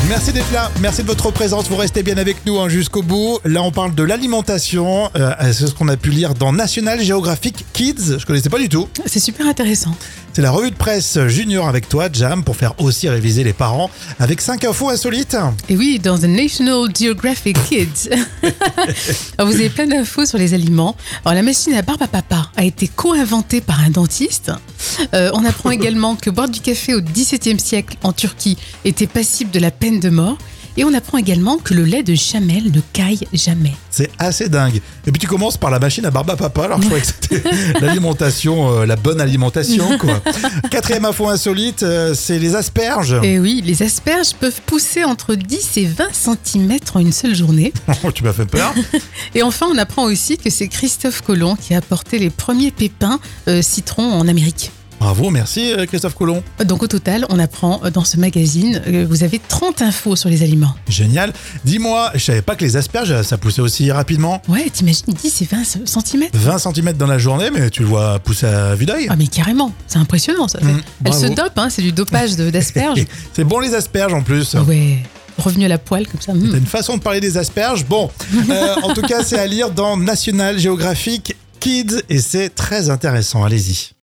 Merci d'être là, merci de votre présence, vous restez bien avec nous jusqu'au bout. Là on parle de l'alimentation, c'est ce qu'on a pu lire dans National Geographic Kids, je connaissais pas du tout. C'est super intéressant. C'est la revue de presse junior avec toi Jam pour faire aussi réviser les parents avec 5 infos insolites. Et oui, dans The National Geographic Kids. Alors, vous avez plein d'infos sur les aliments. Alors, la machine à barbe à papa a été co-inventée par un dentiste. On apprend également que boire du café au XVIIe siècle en Turquie était passible de la peine de mort. Et on apprend également que le lait de chamel ne caille jamais. C'est assez dingue. Et puis tu commences par la machine à barbe à papa, alors je croyais que c'était l'alimentation, la bonne alimentation, quoi. Quatrième info insolite, c'est les asperges. Et oui, les asperges peuvent pousser entre 10 et 20 cm en une seule journée. Tu m'as fait peur. Et enfin, on apprend aussi que c'est Christophe Colomb qui a apporté les premiers pépins citrons en Amérique. Bravo, merci Christophe Colomb. Donc au total, on apprend dans ce magazine, vous avez 30 infos sur les aliments. Génial. Dis-moi, je savais pas que les asperges, ça poussait aussi rapidement. Ouais, t'imagines, 10 et 20 cm. 20 cm dans la journée, mais tu le vois pousser à vue d'œil. Ah mais carrément, c'est impressionnant ça. Elle se dope, c'est du dopage d'asperges. C'est bon les asperges en plus. Ouais. Revenu à la poêle comme ça. T'as une façon de parler des asperges. Bon, en tout cas, c'est à lire dans National Geographic Kids et c'est très intéressant. Allez-y.